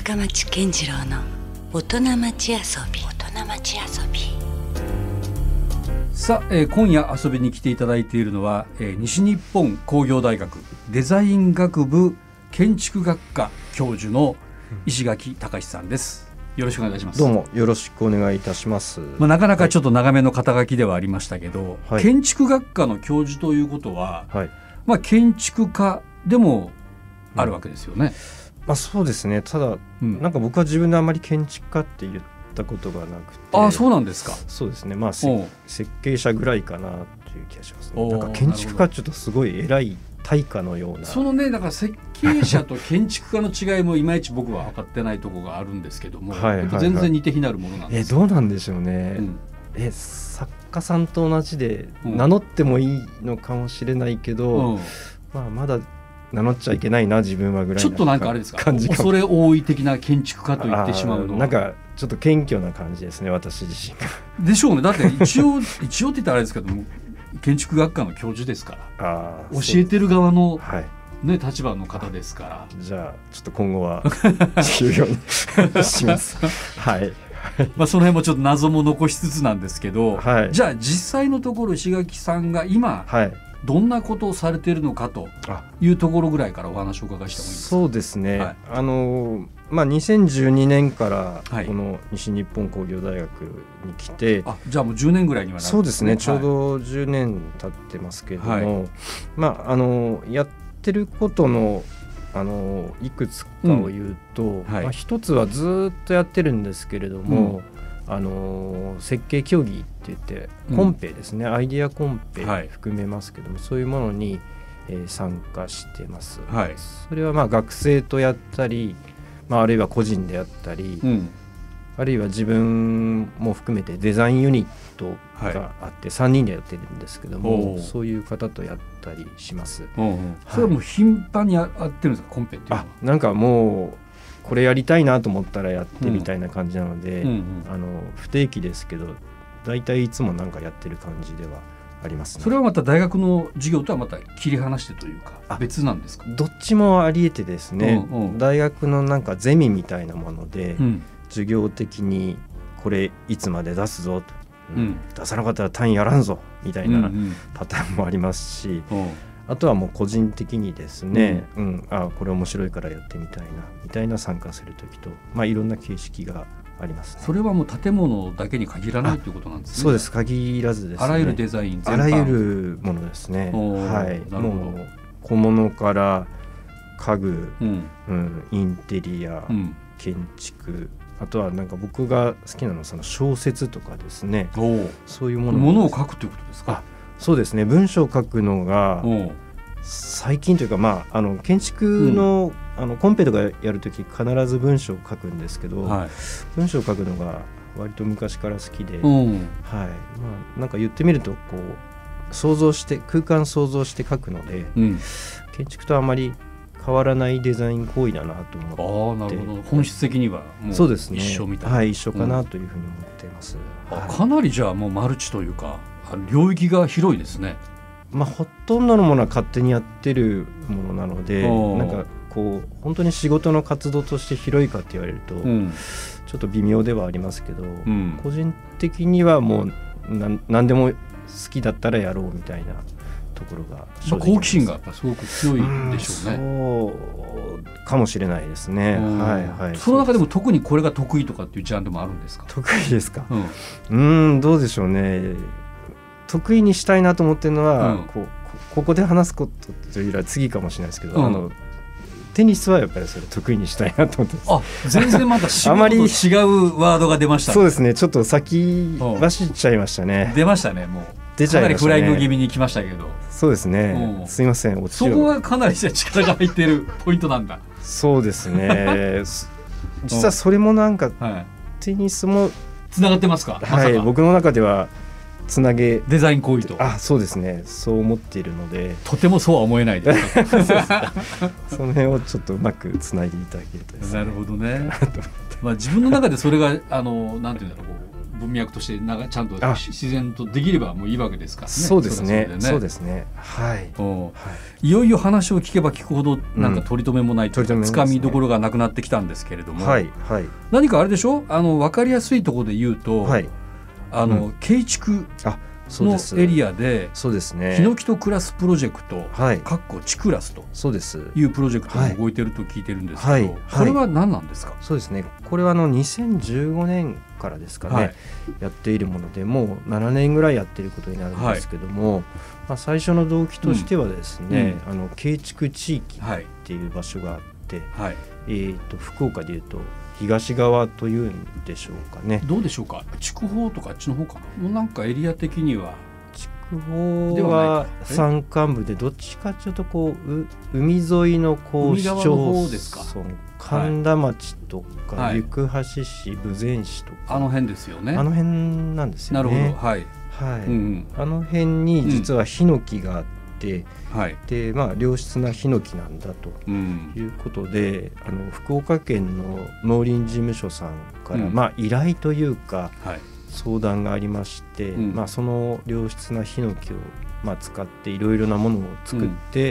深町健次郎の大人町遊び。 さあ、今夜遊びに来ていただいているのは、西日本工業大学デザイン学部建築学科教授の石垣隆さんです。よろしくお願いいたします。 どうもよろしくお願いいたします。 なかなかちょっと長めの肩書きではありましたけど、 はい、 建築学科の教授ということは、 はい、 建築家でもあるわけですよね。 そうですね。ただ、なんか僕は自分であまり建築家って言ったことがなくて。 あ、そうなんですか。 そうですね。設計者ぐらいかなという気がしますね。なんか建築家ちょっとすごい偉い大家のような。 そのね、だから設計者と建築家の違いもいまいち僕は分かってないところがあるんですけども、全然似て非なるものなんです。 どうなんでしょうね。作家さんと同じで名乗ってもいいのかもしれないけど、まだ名乗っちゃいけないな自分はぐらいちょっとなんかあれですか、恐れ多い的な建築家と言ってしまうのはなんかちょっと謙虚な感じですね、私自身が。 でしょうね。だって一応って言ったらあれですけども、建築学科の教授ですから、教えてる側の、立場の方ですから。 じゃあちょっと今後は重要にしますはい。 その辺もちょっと謎も残しつつなんですけど、じゃあ実際のところ石垣さんが今、どんなことをされているのかというところぐらいからお話をお伺いしてもいいですか。 そうですね、2012年からこの西日本工業大学に来て、 じゃあもう10年ぐらいにはなるんですね。 そうですね、ちょうど10年経ってますけれども、やってることのいくつかを言うと、一つはずっとやってるんですけれども、設計競技って言ってコンペですね、アイデアコンペ含めますけども、そういうものに、参加してます。それは学生とやったり、あるいは個人でやったり、あるいは自分も含めてデザインユニットがあって3人でやってるんですけども、そういう方とやったりします。 それはもう頻繁にやってるんですか、コンペっていうのは。 なんかもうこれやりたいなと思ったらやってみたいな感じなので、不定期ですけどだいたいいつもなんかやってる感じではありますね。 それはまた大学の授業とはまた切り離してというか別なんですか。 どっちもあり得てですね、大学のなんかゼミみたいなもので、授業的にこれいつまで出すぞと、出さなかったら単位やらんぞみたいなパターンもありますし、あとはもう個人的にですね、これ面白いからやってみたいなみたいな参加するときと、いろんな形式がありますね。 それはもう建物だけに限らないということなんですね。 そうです、限らずですね。 あらゆるデザイン全般、 あらゆるものですね。もう小物から家具、インテリア、建築、あとはなんか僕が好きなのはその小説とかですね。そういうものを書くということですか。 そうですね、文章を書くのが最近というか、建築の、コンペとかやるとき必ず文章を書くんですけど、文章を書くのが割と昔から好きで、なんか言ってみるとこう想像して空間想像して書くので、建築とあまり変わらないデザイン行為だなと思って。 本質的にはもう一緒みたいな。 一緒かなというふうに思っています。 かなりじゃあもうマルチというか領域が広いですね。 ほとんどのものは勝手にやってるものなので、なんかこう本当に仕事の活動として広いかって言われると、ちょっと微妙ではありますけど、個人的にはもう何でも好きだったらやろうみたいなところが正直です。 好奇心がやっぱすごく強いでしょうね。 そうかもしれないですね。 その中でも特にこれが得意とかっていうジャンルもあるんですか。 得意ですか。どうでしょうね。得意にしたいなと思ってるのは、ここで話すことというよりは次かもしれないですけど、テニスはやっぱりそれ得意にしたいなと思ってます。 全然また仕事と違うワードが出ましたね。 そうですね、ちょっと先走っちゃいましたね。 出ましたね。もう出ちゃいましたね。かなりフライング気味に来ましたけど。 そうですね、すいません。 そこがかなり力が入っているポイントなんだ。 そうですね実はそれもなんか、テニスもつながってますか。 僕の中ではつなげデザイン行為と。 そうですね、そう思っているので。 とてもそうは思えないですその辺をちょっとうまくつないでいただけるとですね。 なるほどね自分の中でそれがなんていうんだろう、 文脈としてちゃんと自然とできればもういいわけですからね。 そうですね。そうですね。はい。 いよいよ話を聞けば聞くほどなんか取り留めもないというか、つかみどころがなくなってきたんですけれども、何かあれでしょ、分かりやすいところで言うと、慶築のエリアでヒノキと暮らすプロジェクトチクラスというプロジェクトが動いていると聞いてるんですけど、これは何なんですか？ そうですね、これは2015年からですかね、やっているもので、もう7年ぐらいやっていることになるんですけども、最初の動機としてはですね、慶築地域っていう場所があって、福岡でいうと東側というんでしょうかね。 どうでしょうか、筑豊とかあっちの方かな。もうなんかエリア的には筑豊は山間部で、どっちかというと海沿いの市町村、神田町とか行橋市、豊前市とか、 あの辺ですよね。 あの辺なんですよね。 なるほど、はい、 あの辺に実はヒノキがあって、で良質なヒノキなんだということで、福岡県の農林事務所さんから、依頼というか、相談がありまして、その良質なヒノキを、使っていろいろなものを作って、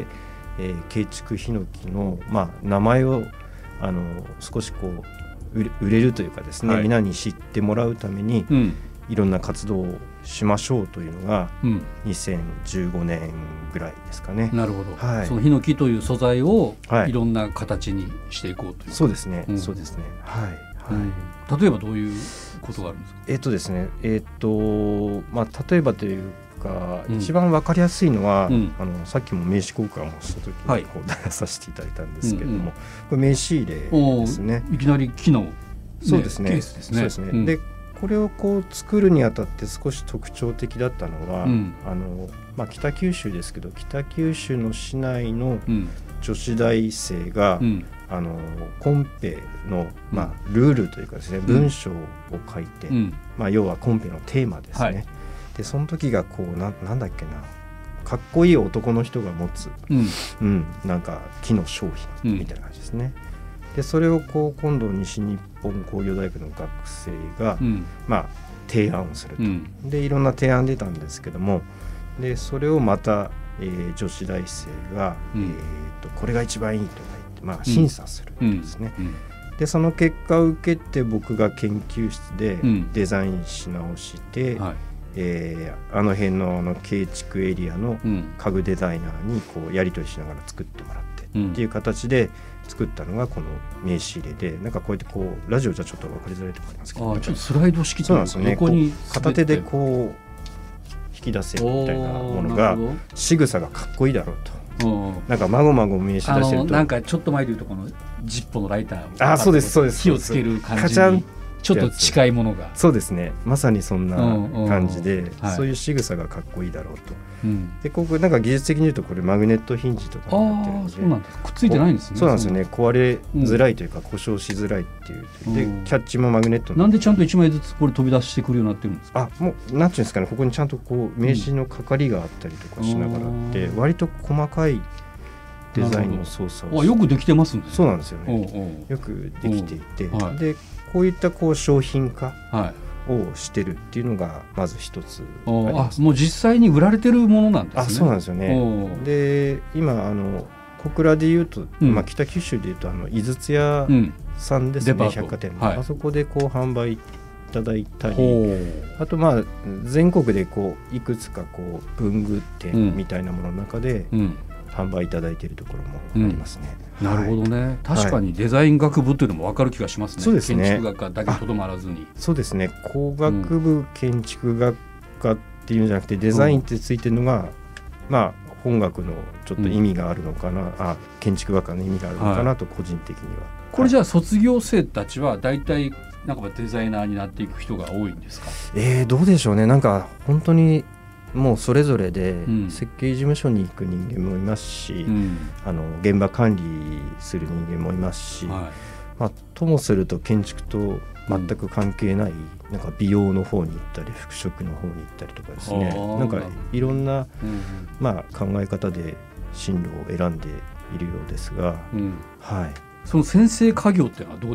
慶築ヒノキの、名前を少し売れるというかですね、皆に知ってもらうために、いろんな活動をしましょうというのが、2015年ぐらいですかね。 なるほど、そのヒノキという素材をいろんな形にしていこうという、 そうですね、そうですね。 例えばどういうことがあるんですか？ 例えばというか、一番わかりやすいのは、さっきも名刺交換をした時に出させていただいたんですけれども、これ名刺入れですね。 いきなり木の、 そうですね、 ケースですね。 でこれを作るにあたって少し特徴的だったのは、北九州ですけど、北九州の市内の女子大生が、コンペの、ルールというかですね、文章を書いて、要はコンペのテーマですね。でその時がなんだっけな、かっこいい男の人が持つ、なんか木の商品みたいな感じですね。でそれを今度西日本工業大学の学生が、提案をすると、でいろんな提案出たんですけども、でそれをまた、女子大生が、これが一番いいとか言って、審査するんですね。でその結果を受けて、僕が研究室でデザインし直して、あの辺の慶築エリアの家具デザイナーにやり取りしながら作ってもらって、っていう形で作ったのがこの名刺入れで、なんかこうやってラジオじゃちょっと分かりづらいと思いますけど、 ちょっとスライド式というか、 横に片手で引き出せるみたいなものが、仕草がかっこいいだろうと。なんかまごまご名刺出してると、 なんかちょっと前でいうとこのジッポのライターをそうですそうです、 火をつける感じにちょっと近いものが、 そうですね、まさにそんな感じで、そういう仕草がかっこいいだろうと。でここなんか技術的に言うと、これマグネットヒンジとかになってるので、 そうなんです、くっついてないんですね。 そうなんですよね、壊れづらいというか、故障しづらいっていう、でキャッチもマグネットなんでちゃんと1枚ずつこれ飛び出してくるようになってるんですか？ もうなんていうんですかね、ここにちゃんと名刺の係があったりとかしながらって、割と細かいデザインの操作をよくできてますね。 そうなんですよね、よくできていて、でこういった商品化をしてるっていうのがまず一つあります。 もう実際に売られてるものなんですね。 そうなんですよね。で今小倉でいうと、北九州でいうと井筒屋さんですね、百貨店の、あそこで販売いただいたり、あと全国でいくつか文具店みたいなものの中で販売いただいているところもありますね。 なるほどね、確かにデザイン学部というのも分かる気がしますね。 そうですね、 建築学科だけとどまらずに。 そうですね、工学部建築学科っていうんじゃなくて、デザインってついてるのが、本学のちょっと意味があるのかな、建築学科の意味があるのかなと、個人的には。 これじゃあ卒業生たちは大体なんかデザイナーになっていく人が多いんですか？ どうでしょうね。なんか本当にもうそれぞれで設計事務所に行く人間もいますし、現場管理する人間もいますし、ともすると建築と全く関係ない、なんか美容の方に行ったり服飾の方に行ったりとかですね、なんかいろんな、考え方で進路を選んでいるようですが、 その先生家業っていうのはどうですか？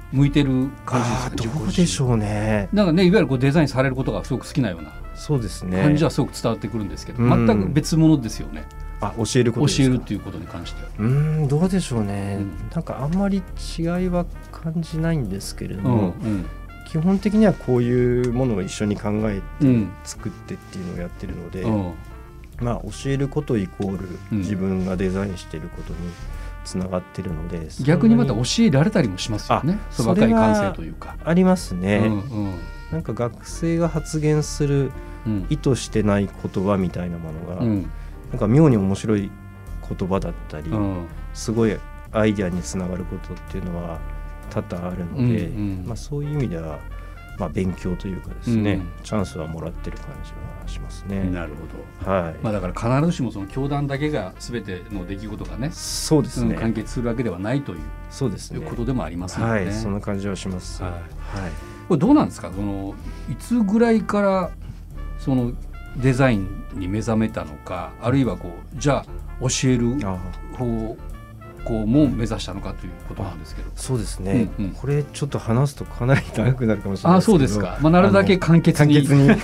向いてる感じですか？ どうでしょうね。 なんかね、いわゆるこうデザインされることがすごく好きなようなそうですね感じはすごく伝わってくるんですけど、全く別物ですよね。 教えることですか？ 教えるっていうことに関してはどうでしょうね、なんかあんまり違いは感じないんですけれども、基本的にはこういうものを一緒に考えて作ってっていうのをやってるので、教えることイコール自分がデザインしていることにつながってるので、 逆にまた教えられたりもしますよね。その若い感性というかありますね、なんか学生が発言する意図してない言葉みたいなものが、なんか妙に面白い言葉だったり、すごいアイデアにつながることっていうのは多々あるので、そういう意味では、勉強というかですね、チャンスはもらってる感じはしますね。 なるほど、だから必ずしもその教団だけが全ての出来事がね、 そうですね、 完結するわけではないという、 そうですね、 いうことでもありますよね。 そんな感じはします。 これどうなんですか、いつぐらいからそのデザインに目覚めたのか、あるいはじゃあ教える方向も目指したのかということなんですけど。 そうですね、これちょっと話すとかなり長くなるかもしれないですけど。 そうですか、なるだけ簡潔に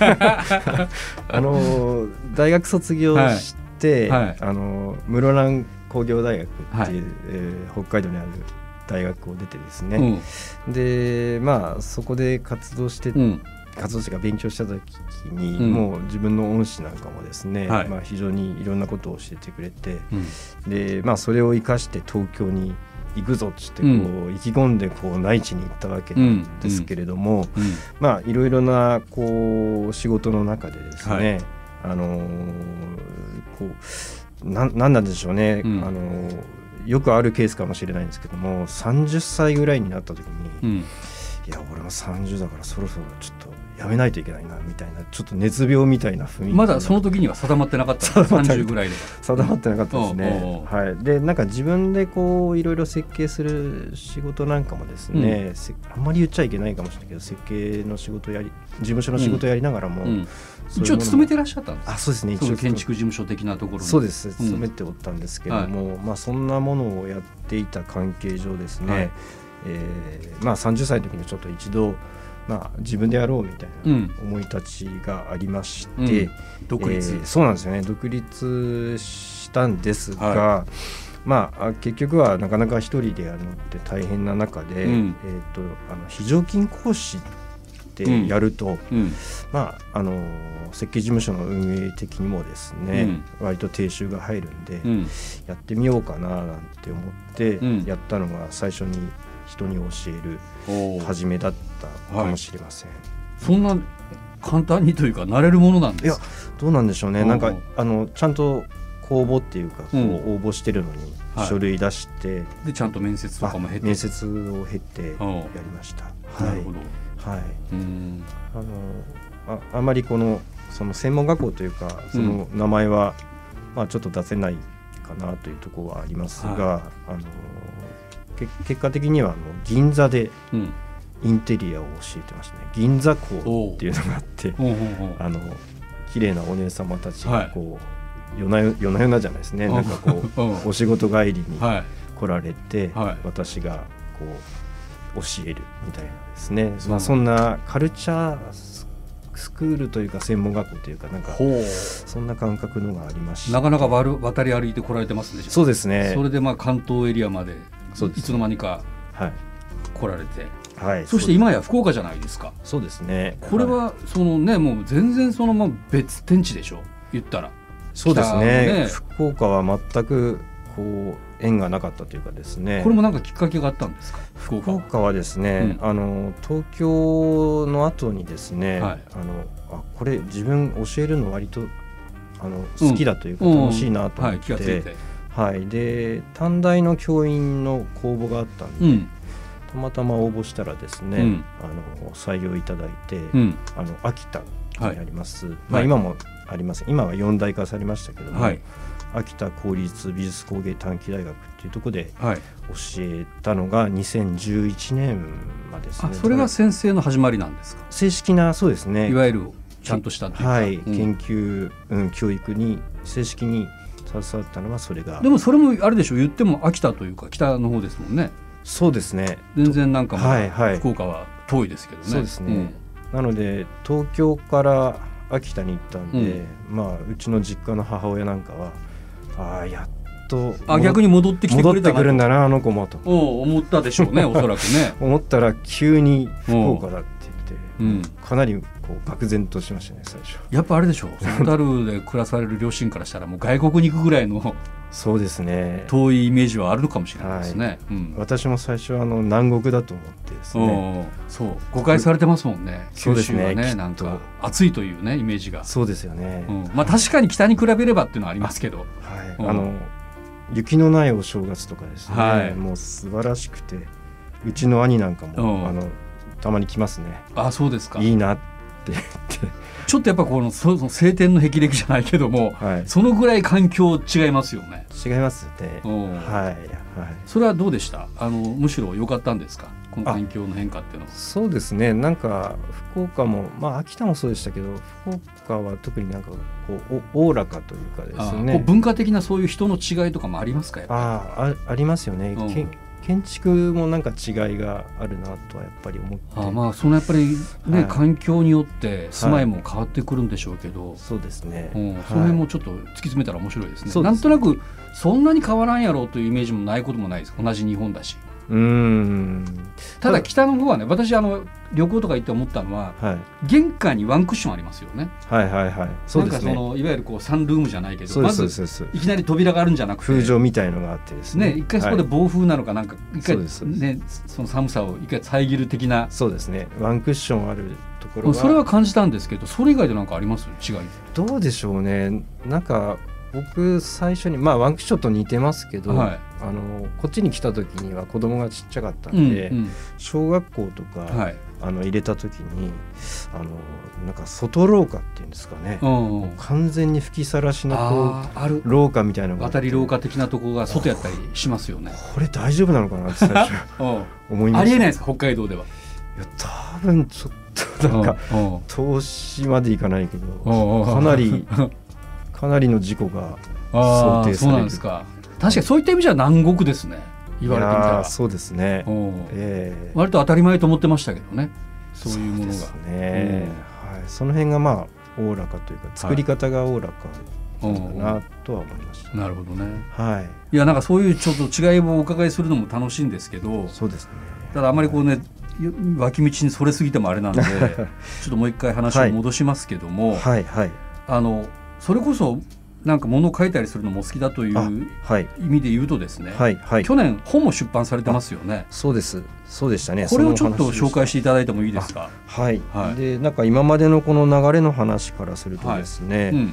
大学卒業して、室蘭工業大学っていう、北海道にある大学を出てですね、でそこで活動して勉強した時に、もう自分の恩師なんかもですね、非常にいろんなことを教えてくれて、でそれを生かして東京に行くぞって言って意気込んで内地に行ったわけなんですけれども、いろいろな仕事の中でですね、何なんでしょうね、よくあるケースかもしれないんですけども、30歳ぐらいになった時に、いや俺も30だからそろそろちょっとやめないといけないなみたいな、ちょっと熱病みたいな雰囲気。まだその時には定まってなかった30ぐらいで定まってなかったですね。でなんか自分でいろいろ設計する仕事なんかもですね、あんまり言っちゃいけないかもしれないけど、設計の仕事事務所の仕事やりながらも、 一応勤めてらっしゃったんですか？ そうですね、 一応建築事務所的なところに。 そうです、勤めておったんですけども、そんなものをやっていた関係上ですね、30歳の時にちょっと一度自分でやろうみたいな思い立ちがありまして、 独立、 そうなんですよね、独立したんですが、結局はなかなか一人でやるのって大変な中で、非常勤講師ってやると、設計事務所の運営的にもですね、割と定収が入るんで、やってみようかななんて思ってやったのが最初に人に教える始めだったかもしれません。 そんな簡単にというか慣れるものなんですか？ いや、どうなんでしょうね。なんかちゃんと公募っていうか応募してるのに書類出して、 でちゃんと面接とかも経て、 面接を経てやりました。 なるほど。 あまりその専門学校というかその名前はちょっと出せないかなというところはありますが、結果的には銀座でインテリアを教えてましたね。銀座校っていうのがあって、綺麗なお姉様たちが夜な夜なじゃないですね、なんかお仕事帰りに来られて、私が教えるみたいなですね、そんなカルチャースクールというか専門学校というか、なんかそんな感覚のがありまして、 なかなか渡り歩いて来られてますね。 そうですね。 それで関東エリアまでいつの間にか来られて、そして今や福岡じゃないですか。 そうですね。 これはもう全然別天地でしょ、言ったら。 そうですね。福岡は全く縁がなかったというかですね。 これもなんかきっかけがあったんですか？福岡はですね、東京の後にですね、これ自分教えるの割と好きだというか楽しいなと思って、で短大の教員の公募があったんで、たまたま応募したらですね、採用いただいて、秋田にあります、今もあります。今は4大化されましたけども、秋田公立美術工芸短期大学っていうところで教えたのが2011年までですね。 それが先生の始まりなんですか？ 正式な、そうですね、 いわゆるちゃんとしたっていうか、 研究、教育に正式に携わったのはそれが。 でもそれもあれでしょう、言っても秋田というか北の方ですもんね。 そうですね。 全然なんかまはいはい、 だ福岡は遠いですけどね。 そうですね、なので東京から秋田に行ったんで、まあ、うちの実家の母親なんかはやっと逆に戻ってきてくれたなと、 戻ってくるんだなあの子もと思ったでしょうねおそらくね思ったら急に福岡だって言って、かなりこう愕然としましたね最初。 やっぱあれでしょう、小樽で暮らされる両親からしたらもう外国に行くぐらいのそうですね、 遠いイメージはあるのかもしれないですね。 私も最初は南国だと思ってですね、 そう誤解されてますもんね。九州はね、なんか暑いというねイメージが。 そうですよね、 まあ確かに北に比べればっていうのはありますけど、 雪のないお正月とかですね、もう素晴らしくて、うちの兄なんかもたまに来ますね。 そうですか。 いいなって言ってちょっとやっぱこの晴天の霹靂じゃないけども、そのぐらい環境違いますよね。 違いますね。 それはどうでした？むしろ良かったんですか、この環境の変化っていうのは。 そうですね、なんか福岡も、秋田もそうでしたけど、福岡は特になんかこうおおらかというかですね、 文化的なそういう人の違いとかもありますか？やっぱりありますよね。建築もなんか違いがあるなとはやっぱり思って、 そのやっぱりね、環境によって住まいも変わってくるんでしょうけど、 そうですね、 その辺もちょっと突き詰めたら面白いですね。なんとなくそんなに変わらんやろうというイメージもないこともないです。同じ日本だし。ただ北の方はね、私旅行とか行って思ったのは、玄関にワンクッションありますよね。そうですね。いわゆるこうサンルームじゃないけど、まずいきなり扉があるんじゃなくて、 風情みたいのがあってですね、 一回そこで暴風なのかなんか一回ね、その寒さを一回遮る的な。 そうですね、ワンクッションあるところが、 それは感じたんですけど、それ以外で何かあります？違い。 どうでしょうね。なんか僕最初にワンクッションと似てますけど、こっちに来た時には子供がちっちゃかったんで、小学校とか、入れた時になんか外廊下っていうんですかね、完全に吹きさらしの廊下みたいなのが渡り廊下的なところが外やったりしますよね。 これ大丈夫なのかなって最初思いました。 ありえないですか、北海道では。 いや多分ちょっとなんか投資までいかないけど、かなりの事故が想定される。 そうなんですか。確かにそういった意味じゃ南国ですね、言われてみたら。 そうですね、 割と当たり前と思ってましたけどね、そういうものが。そうですね、 その辺がおおらかというか、作り方がおおらかだなとは思いました。 なるほどね。いや、なんかそういうちょっと違いをお伺いするのも楽しいんですけど、 そうですね。 ただあまりこうね、脇道にそれすぎてもあれなんでちょっともう一回話を戻しますけども、それこそなんか物を書いたりするのも好きだという意味で言うとですね、去年本も出版されてますよね。 そうです、そうでしたね。 これをちょっと紹介していただいてもいいですか？ でなんか今までのこの流れの話からするとですね、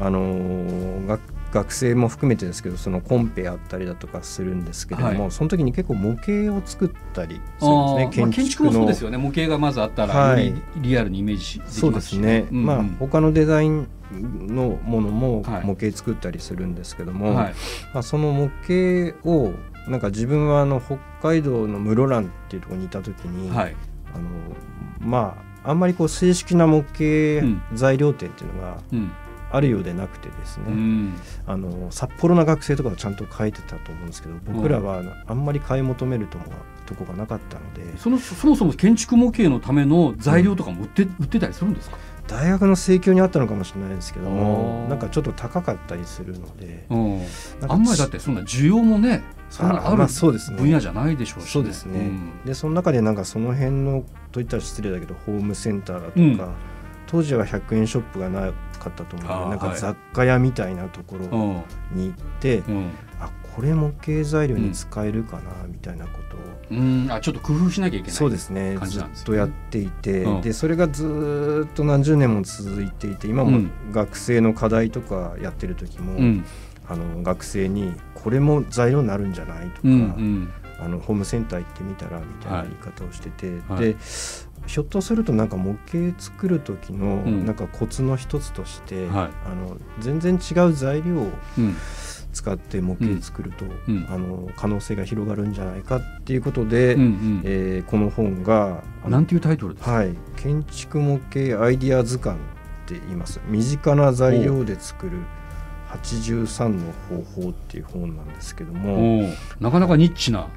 学生も含めてですけど、そのコンペやったりだとかするんですけれども、その時に結構模型を作ったりするんですね。 建築もそうですよね。模型がまずあったらよりリアルにイメージできますし、 そうですね。他のデザインのものも模型作ったりするんですけども、その模型をなんか自分は北海道の室蘭っていうところにいた時に、あんまりこう正式な模型材料店っていうのがあるようでなくてですね、札幌の学生とかはちゃんと書いてたと思うんですけど、僕らはあんまり買い求めるとこがなかったので、 そもそも建築模型のための材料とかも売ってたりするんですか？ 大学の生協にあったのかもしれないですけども、なんかちょっと高かったりするので、 あんまりだってそんな需要もね、そんなある分野じゃないでしょうし、 そうですね。でその中でなんかその辺のといったら失礼だけどホームセンターだとか、当時は100円ショップがなかったと思うので、なんか雑貨屋みたいなところに行って、これ模型材料に使えるかなみたいなことを、 ちょっと工夫しなきゃいけない。 そうですね、ずっとやっていて、でそれがずっと何十年も続いていて、今も学生の課題とかやってる時も、学生にこれも材料になるんじゃないとか、ホームセンター行ってみたらみたいな言い方をしてて、でひょっとするとなんか模型作る時のなんかコツの一つとして、全然違う材料を使って模型作ると、可能性が広がるんじゃないかっていうことで、この本がなんていうタイトルですか？ 建築模型アイディア図鑑って言います。身近な材料で作る83の方法っていう本なんですけども、 なかなかニッチな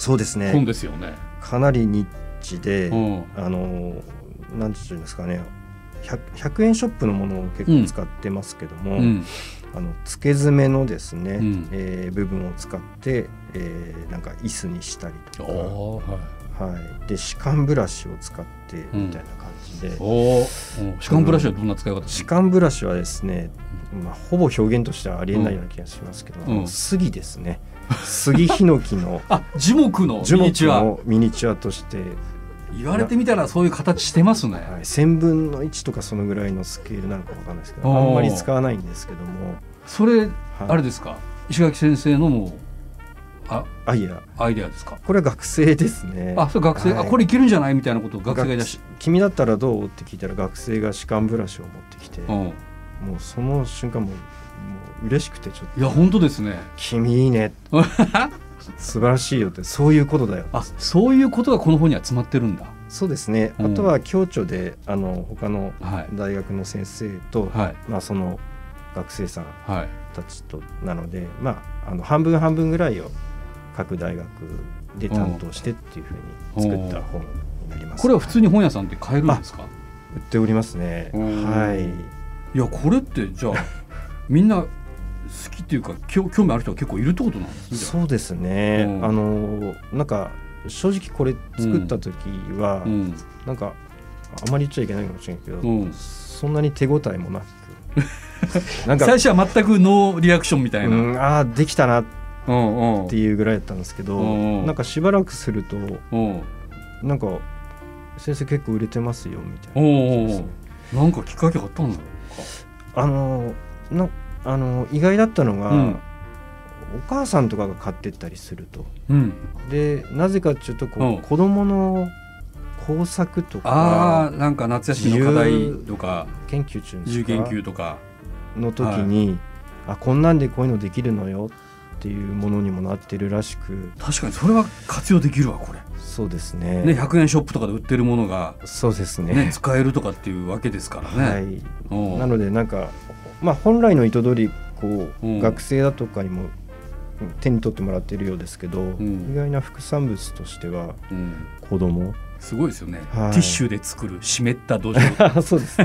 そうですね、 本ですよね。 かなりニッチで、 うん、 なんていうんですかね、100円ショップのものを結構使ってますけども、付け爪のですね、部分を使って、なんか椅子にしたりとか、で歯間ブラシを使ってみたいな感じで、 歯間ブラシはどんな使い方ですか？ 歯間ブラシはですね、ほぼ表現としてはありえないような気がしますけど、杉ですね、杉ヒノキの樹木のミニチュアとして言われてみたらそういう形してますね。 1000分の1とかそのぐらいのスケールなのか分かんないですけど、あんまり使わないんですけども、 それ、あれですか、石垣先生のもうアイデアですか？これは学生ですね。 それ学生、これいけるんじゃないみたいなことを学生が言い出し、 君だったらどうって聞いたら学生が歯間ブラシを持ってきて、もうその瞬間もう嬉しくてちょっと、 いや本当ですね、 君いいね素晴らしいよって、そういうことだよ。 そういうことがこの本には詰まってるんだ。 そうですね。あとは共著で他の大学の先生と、その学生さんたちとなので、半分半分ぐらいを各大学で担当してっていうふうに作った本になります。 これは普通に本屋さんで買えるんですか？ 売っておりますね。 いやこれってじゃあみんな好きっていうか興味ある人が結構いるってことなんですね。 そうですね。なんか正直これ作った時は、なんかあまり言っちゃいけないかもしれないけど、そんなに手応えもなくなんか最初は全くノーリアクションみたいな、 できたなっていうぐらいだったんですけど、なんかしばらくするとなんか先生結構売れてますよみたいな感じですね。 なんかきっかけがあったんだろうか。 意外だったのが、お母さんとかが買ってったりすると、でなぜかっていうと子供の工作とか、 なんか夏休みの課題とか研究中自由研究とかの時に、こんなんでこういうのできるのよっていうものにもなってるらしく、 確かにそれは活用できるわ。これそうですね。 100円ショップとかで売ってるものがそうですね、 使えるとかっていうわけですからね。 なのでなんか、本来の意図通り学生だとかにも手に取ってもらっているようですけど、意外な副産物としては子供、 すごいですよね。ティッシュで作る湿った土壌そうですね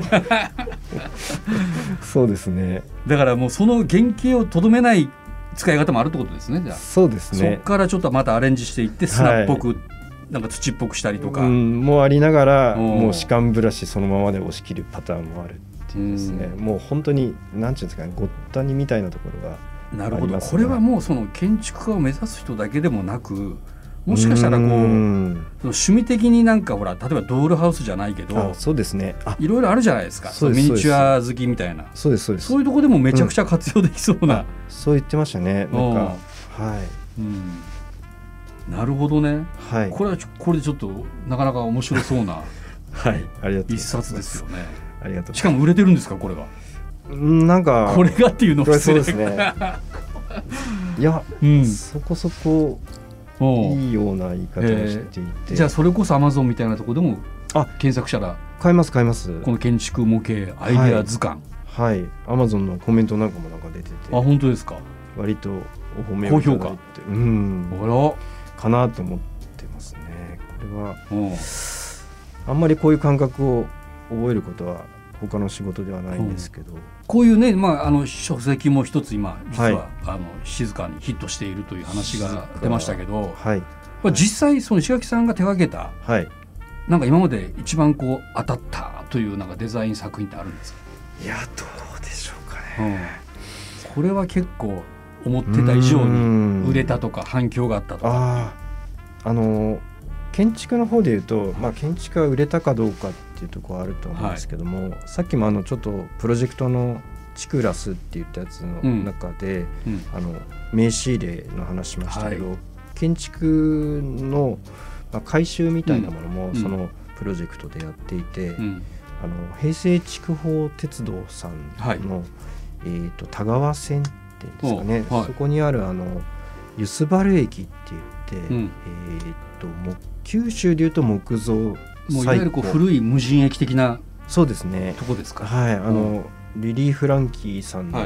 そうですね。 だからもうその原型をとどめない使い方もあるってことですね。じゃあそうですね。 そこからちょっとまたアレンジしていって砂っぽく、なんか土っぽくしたりとかもありながら、もう歯間ブラシそのままで押し切るパターンもあるっていうですね。もう本当になんていうんですかね、ごったにみたいなところがありますね。 なるほど。これはもうその建築家を目指す人だけでもなく、もしかしたらその趣味的になんかほら、例えばドールハウスじゃないけど、 そうですね、 いろいろあるじゃないですか。ミニチュア好きみたいな。そういうところでもめちゃくちゃ活用できそうな、 そう言ってましたね。なんかなるほどね。これでちょっとなかなか面白そうな一冊ですよね。 ありがとう。 しかも売れてるんですか、これが。 なんかこれがっていうのはそうですねいや、そこそこいいような言い方をしていて、 じゃあそれこそ Amazon みたいなところでも検索したら買います。 この建築模型アイデア図鑑、 Amazon のコメントなんかもなんか出てて、 本当ですか。 割とお褒めをいただいて、かなと思ってますね。これはあんまりこういう感覚を覚えることは他の仕事ではないんですけど、 こういうね、書籍も一つ今実は、静かにヒットしているという話が出ましたけど、実際その石垣さんが手掛けた、なんか今まで一番こう当たったというなんかデザイン作品ってあるんですか？ いや、どうでしょうかね。 これは結構思ってた以上に売れたとか反響があったとか。 建築の方でいうと、建築が売れたかどうかっていうところはあると思うんですけども、さっきもちょっとプロジェクトのチクラスって言ったやつの中で、名刺入れの話しましたけど、建築の改修みたいなものもそのプロジェクトでやっていて、平成筑豊鉄道さんの、田川線っていうんですかね、そこにあるユスバル駅って言って、九州でいうと木造、もういわゆる古い無人駅的なそうですねとこですか。 リリー・フランキーさんの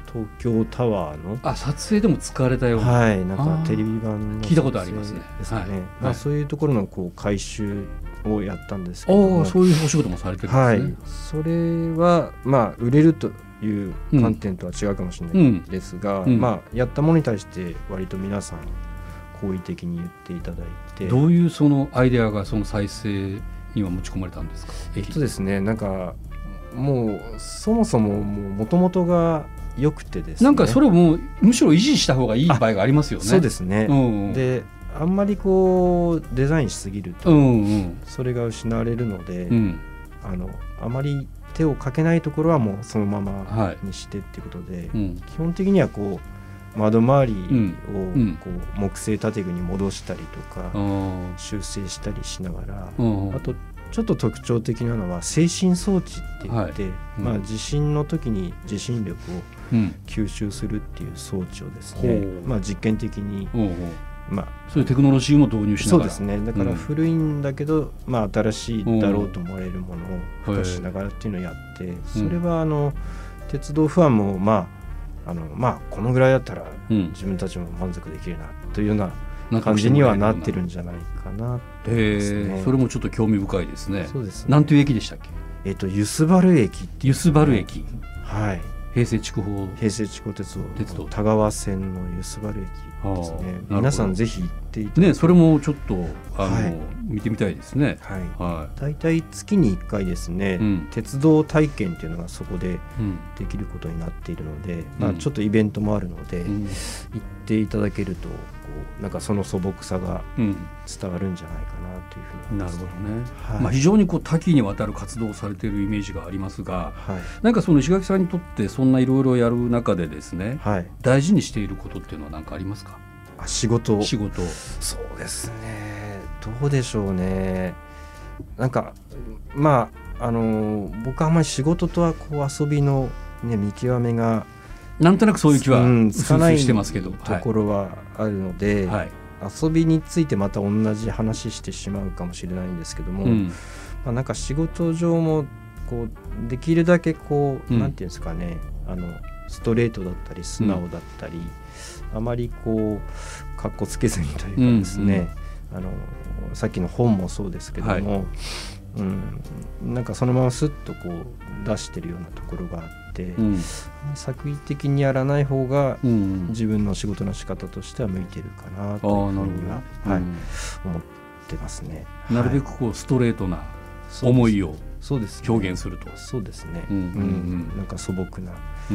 東京タワーの撮影でも使われたような、 はい、なんかテレビ版の聞いたことありますねですかね、 はいまあ、そういうところのこう改修をやったんですけども、 そういうお仕事もされてるんですね、 はい、それはまあ売れるという観点とは違うかもしれないですが、まあ、やったものに対して割と皆さん好意的に言っていただいて、 どういうそのアイデアがその再生には持ち込まれたんですか？ ですね、なんかもうそもそももともとが良くてですね、 なんかそれをもうむしろ維持した方がいい場合がありますよね。 そうですね、であんまりこうデザインしすぎるとそれが失われるので、あまり手をかけないところはもうそのままにしてっていうことで、基本的にはこう窓周りをこう木製建具に戻したりとか修正したりしながら、あとちょっと特徴的なのは制振装置って言って、まあ、地震の時に地震力を吸収するっていう装置をですね、まあ、実験的にまあ、 そういうテクノロジーも導入しながら、 そうですね、だから古いんだけど、まあ、新しいだろうと思われるものを付加しながらっていうのをやって、それは鉄道ファンも、まあ、このぐらいだったら自分たちも満足できるなというような感じにはなってるんじゃないかなと思いますね。 それもちょっと興味深いですね。 そうですね。 なんていう駅でしたっけ？ ユスバル駅っていう、 ユスバル駅、 はい、 平成筑豊鉄道田川線のユスバル駅ですね。皆さんぜひ行っていただいて、 ね、それもちょっと見てみたいですね。 だいたい月に1回ですね、鉄道体験っていうのがそこでできることになっているので、まあ、ちょっとイベントもあるので、行っていただけるとなんかその素朴さが伝わるんじゃないかなというふうに思います。 なるほどね。まあ、非常に多岐にわたる活動をされているイメージがありますが、なんかその石垣さんにとってそんないろいろやる中でですね、大事にしていることっていうのは何かありますか？ 仕事。 そうですね、どうでしょうね。なんかまあ僕はあんまり仕事とはこう遊びの、ね、見極めがなんとなくそういう気はつかないしてますけど、 ところはあるので、遊びについてまた同じ話してしまうかもしれないんですけども、まあ、なんか仕事上もこうできるだけこう、なんていうんですかね、ストレートだったり素直だったり、あまりこうかっこつけずにというかですね、さっきの本もそうですけども、なんかそのままスッとこう出してるようなところがあって、作為的にやらない方が自分の仕事の仕方としては向いてるかなというふうには、思ってますね。 なるべくこうストレートな思いを表現すると。 そうですね。なんか素朴な、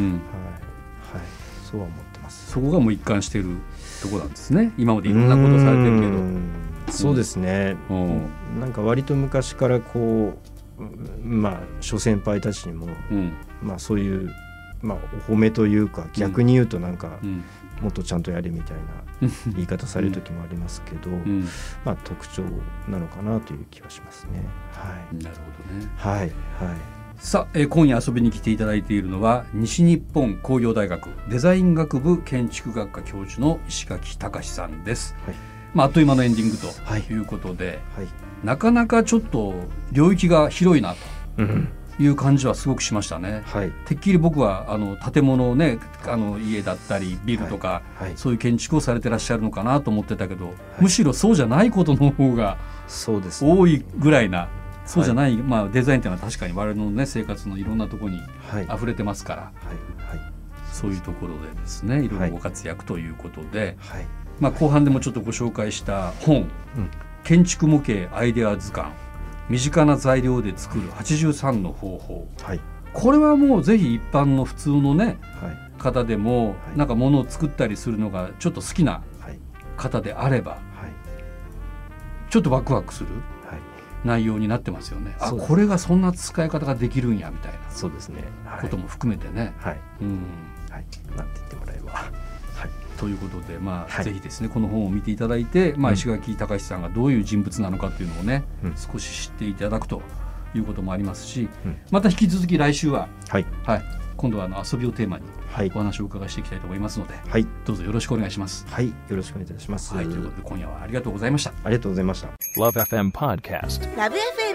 そうは思ってます。 そこがもう一貫しているところなんですね。今までいろんなことされてるけど。 そうですね。なんか割と昔からこう、まあ諸先輩たちにも、まあそういう、まあお褒めというか、逆に言うとなんか、もっとちゃんとやれみたいな言い方される時もありますけど、まあ特徴なのかなという気はしますね。 なるほどね。 はい。 さあ、今夜遊びに来ていただいているのは西日本工業大学デザイン学部建築学科教授の石垣隆さんです。まあ、あっという間のエンディングということで、なかなかちょっと領域が広いなという感じはすごくしましたね。てっきり僕は建物をね、家だったりビルとか、そういう建築をされてらっしゃるのかなと思ってたけど、むしろそうじゃないことの方が多いぐらいな。そうじゃない、まあ、デザインというのは確かに我々の、ね、生活のいろんなところに溢れてますから、そういうところでですね、いろいろご活躍ということで、まあ、後半でもちょっとご紹介した本、建築模型アイデア図鑑身近な材料で作る83の方法、これはもうぜひ一般の普通の、ね、方でもなんか物を作ったりするのがちょっと好きな方であれば、ちょっとワクワクする内容になってますよね。これがそんな使い方ができるんやみたいなことも含めてね。なんて言ってもらえば。ということで、まあぜひですねこの本を見ていただいて、まあ、石垣隆さんがどういう人物なのかっていうのをね、少し知っていただくということもありますし、また引き続き来週は、今度は遊びをテーマにお話を伺いしていきたいと思いますので、どうぞよろしくお願いします。 よろしくお願いいたします。 ということで今夜はありがとうございました。 ありがとうございました。 LoveFM Podcast。LoveFM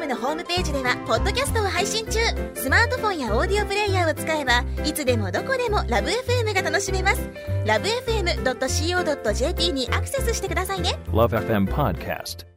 のホームページではポッドキャストを配信中。スマートフォンやオーディオプレイヤーを使えばいつでもどこでもラブ FM が楽しめます。ラブ FM.co.jp にアクセスしてくださいね。 LoveFM Podcast